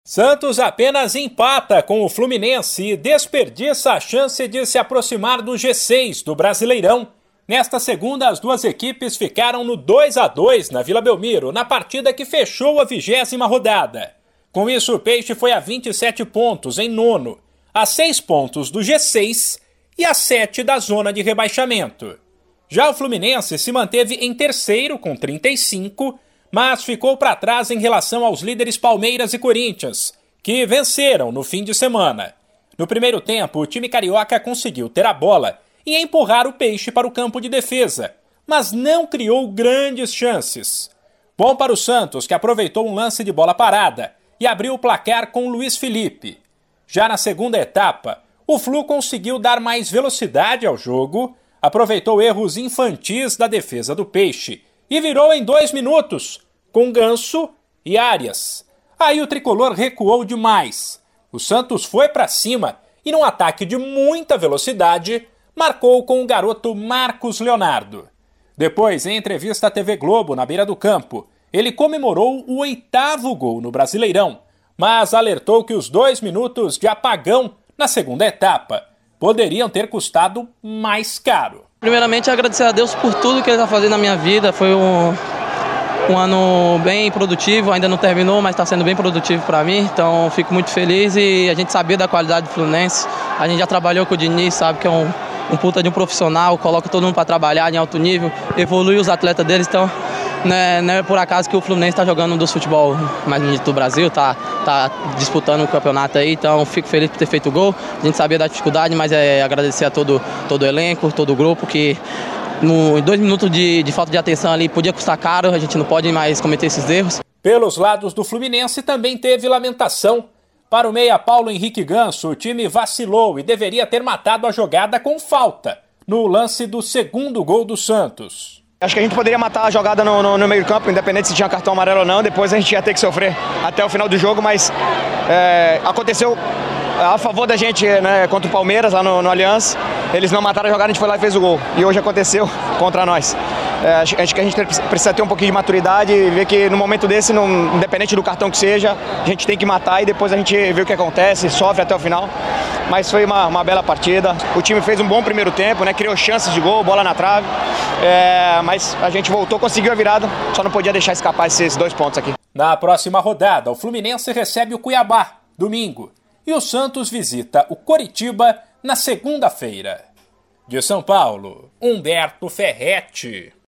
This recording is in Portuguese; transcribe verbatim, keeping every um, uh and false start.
Santos apenas empata com o Fluminense e desperdiça a chance de se aproximar do G seis do Brasileirão. Nesta segunda, as duas equipes ficaram no dois a dois na Vila Belmiro, na partida que fechou a vigésima rodada. Com isso, o Peixe foi a vinte e sete pontos em nono, a seis pontos do G seis e a sete da zona de rebaixamento. Já o Fluminense se manteve em terceiro com trinta e cinco, mas ficou para trás em relação aos líderes Palmeiras e Corinthians, que venceram no fim de semana. No primeiro tempo, o time carioca conseguiu ter a bola e empurrar o Peixe para o campo de defesa, mas não criou grandes chances. Bom para o Santos, que aproveitou um lance de bola parada e abriu o placar com o Luiz Felipe. Já na segunda etapa, o Flu conseguiu dar mais velocidade ao jogo, aproveitou erros infantis da defesa do Peixe e virou em dois minutos, com Ganso e Arias. Aí o tricolor recuou demais. O Santos foi para cima e, num ataque de muita velocidade, marcou com o garoto Marcos Leonardo. Depois, em entrevista à T V Globo, na beira do campo, ele comemorou o oitavo gol no Brasileirão, mas alertou que os dois minutos de apagão na segunda etapa poderiam ter custado mais caro. Primeiramente, agradecer a Deus por tudo que Ele está fazendo na minha vida. Foi um, um ano bem produtivo, ainda não terminou, mas está sendo bem produtivo para mim. Então, fico muito feliz e a gente sabia da qualidade do Fluminense. A gente já trabalhou com o Diniz, sabe que é um, um puta de um profissional, coloca todo mundo para trabalhar em alto nível, evolui os atletas deles. Então, não é, não é por acaso que o Fluminense está jogando um dos futebol mais bonitos do Brasil, está tá disputando o campeonato aí, então fico feliz por ter feito o gol. A gente sabia da dificuldade, mas é agradecer a todo, todo o elenco, todo o grupo, que no, em dois minutos de, de falta de atenção ali podia custar caro, a gente não pode mais cometer esses erros. Pelos lados do Fluminense também teve lamentação. Para o meia Paulo Henrique Ganso, o time vacilou e deveria ter matado a jogada com falta, no lance do segundo gol do Santos. Acho que a gente poderia matar a jogada no, no, no meio campo, independente se tinha cartão amarelo ou não. Depois a gente ia ter que sofrer até o final do jogo, mas é, aconteceu a favor da gente, né, contra o Palmeiras, lá no, no Allianz. Eles não mataram a jogada, a gente foi lá e fez o gol. E hoje aconteceu contra nós. É, acho, acho que a gente precisa ter um pouquinho de maturidade e ver que no momento desse, não, independente do cartão que seja, a gente tem que matar e depois a gente vê o que acontece, sofre até o final. Mas foi uma, uma bela partida. O time fez um bom primeiro tempo, né, criou chances de gol, bola na trave. É, mas a gente voltou, conseguiu a virada, só não podia deixar escapar esses dois pontos aqui. Na próxima rodada, o Fluminense recebe o Cuiabá, domingo, e o Santos visita o Coritiba na segunda-feira. De São Paulo, Humberto Ferretti.